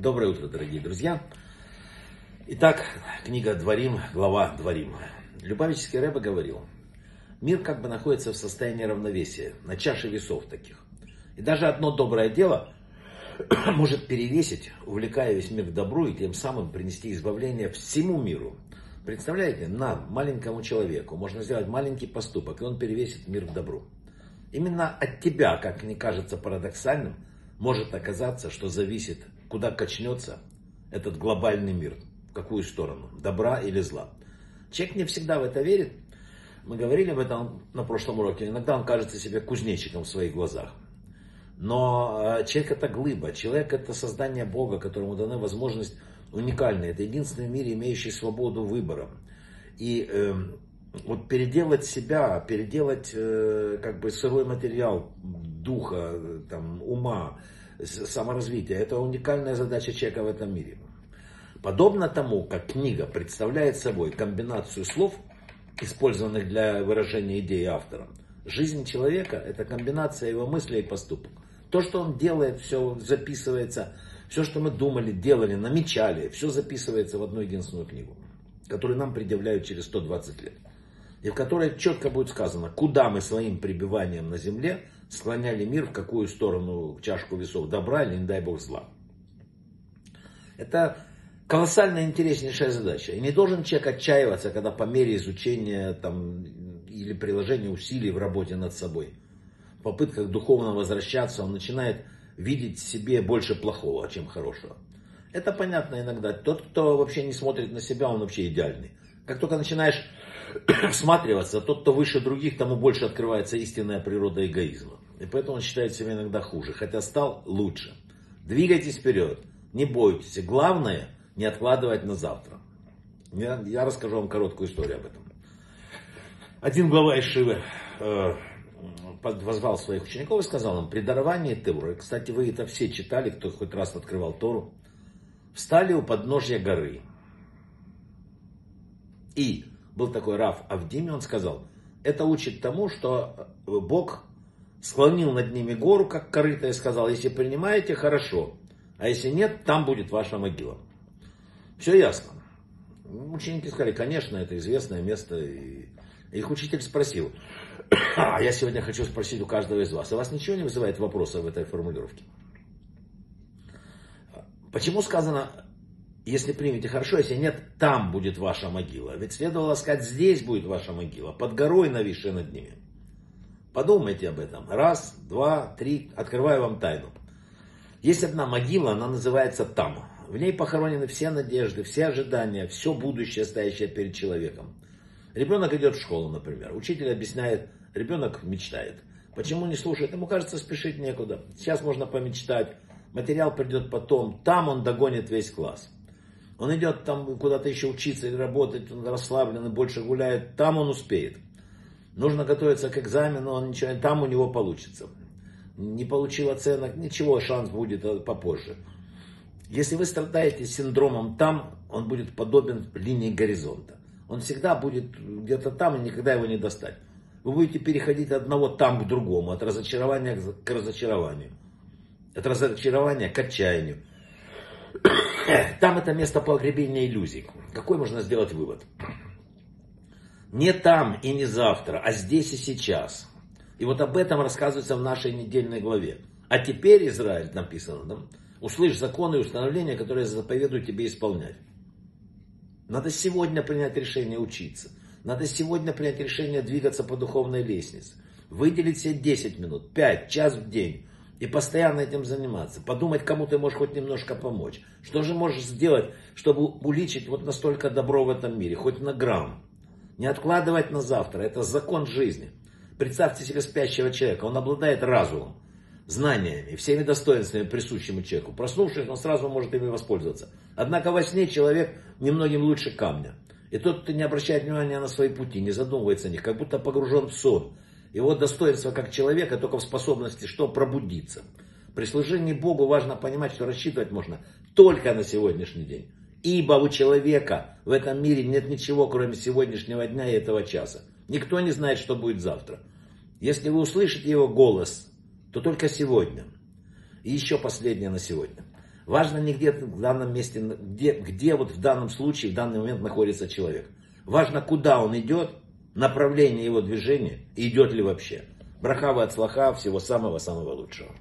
Доброе утро, дорогие друзья. Итак, книга Дворим, глава Дворим. Любавический Ребе говорил, мир как бы находится в состоянии равновесия, на чаше весов таких. И даже одно доброе дело может перевесить, увлекая весь мир к добру и тем самым принести избавление всему миру. Представляете, нам, маленькому человеку, можно сделать маленький поступок, и он перевесит мир к добру. Именно от тебя, как мне кажется парадоксальным, может оказаться, что зависит, куда качнется этот глобальный мир, в какую сторону, добра или зла. Человек не всегда в это верит. Мы говорили об этом на прошлом уроке. Иногда он кажется себе кузнечиком в своих глазах. Но человек это глыба, человек это создание Бога, которому дана возможность уникальная. Это единственный в мире, имеющий свободу выбора. И вот переделать себя, переделать как бы сырой материал духа, там, ума, саморазвития, это уникальная задача человека в этом мире. Подобно тому, как книга представляет собой комбинацию слов, использованных для выражения идеи автора, жизнь человека это комбинация его мыслей и поступок. То, что он делает, все записывается, все, что мы думали, делали, намечали, все записывается в одну единственную книгу, которую нам предъявляют через 120 лет. И в которой четко будет сказано, куда мы своим пребыванием на земле склоняли мир, в какую сторону, в чашку весов добра или, не дай бог, зла. Это колоссально интереснейшая задача. И не должен человек отчаиваться, когда по мере изучения там, или приложения усилий в работе над собой, в попытках духовно возвращаться, он начинает видеть в себе больше плохого, чем хорошего. Это понятно иногда. Тот, кто вообще не смотрит на себя, он вообще идеальный. Как только начинаешь всматриваться, тот, кто выше других, тому больше открывается истинная природа эгоизма. И поэтому он считает себя иногда хуже, хотя стал лучше. Двигайтесь вперед, не бойтесь. И главное, не откладывать на завтра. Я расскажу вам короткую историю об этом. Один глава Ешивы позвал своих учеников и сказал им, при даровании Торы, кстати, вы это все читали, кто хоть раз открывал Тору, встали у подножья горы. И был такой Рав Авдими, он сказал, это учит тому, что Бог склонил над ними гору, как корыто, и сказал, если принимаете, хорошо, а если нет, там будет ваша могила. Все ясно. Ученики сказали, конечно, это известное место. И их учитель спросил, а я сегодня хочу спросить у каждого из вас, а вас ничего не вызывает вопроса в этой формулировке? Почему сказано, если примете хорошо, если нет, там будет ваша могила? Ведь следовало сказать, здесь будет ваша могила, под горой, нависшей над ними. Подумайте об этом. Раз, два, три, открываю вам тайну. Есть одна могила, она называется там. В ней похоронены все надежды, все ожидания, все будущее, стоящее перед человеком. Ребенок идет в школу, например. Учитель объясняет, ребенок мечтает. Почему не слушает? Ему кажется, спешить некуда. Сейчас можно помечтать. Материал придет потом. Там он догонит весь класс. Он идет там куда-то еще учиться или работать, он расслаблен и больше гуляет. Там он успеет. Нужно готовиться к экзамену, он ничего, там у него получится. Не получил оценок, ничего, шанс будет попозже. Если вы страдаете синдромом там, он будет подобен линии горизонта. Он всегда будет где-то там и никогда его не достать. Вы будете переходить от одного там к другому, от разочарования к разочарованию. От разочарования к отчаянию. Там это место погребения иллюзий. Какой можно сделать вывод? Не там и не завтра, а здесь и сейчас. И вот об этом рассказывается в нашей недельной главе. А теперь, Израиль, написано, да, услышь законы и установления, которые я заповедую тебе исполнять. Надо сегодня принять решение учиться. Надо сегодня принять решение двигаться по духовной лестнице. Выделить себе 10 минут, 5, час в день. И постоянно этим заниматься. Подумать, кому ты можешь хоть немножко помочь. Что же можешь сделать, чтобы уличить вот настолько добро в этом мире, хоть на грамм. Не откладывать на завтра. Это закон жизни. Представьте себе спящего человека. Он обладает разумом, знаниями, всеми достоинствами, присущими человеку. Проснувшись, он сразу может ими воспользоваться. Однако во сне человек немногим лучше камня. И тот, кто не обращает внимания на свои пути, не задумывается о них, как будто погружен в сон. Его достоинство как человека только в способности что? Пробудиться. При служении Богу важно понимать, что рассчитывать можно только на сегодняшний день. Ибо у человека в этом мире нет ничего, кроме сегодняшнего дня и этого часа. Никто не знает, что будет завтра. Если вы услышите его голос, то только сегодня. И еще последнее на сегодня. Важно не где в данном месте, где вот в данном случае, в данный момент находится человек. Важно, куда он идет, направление его движения, и идет ли вообще. Браха ва ацлаха, всего самого-самого лучшего.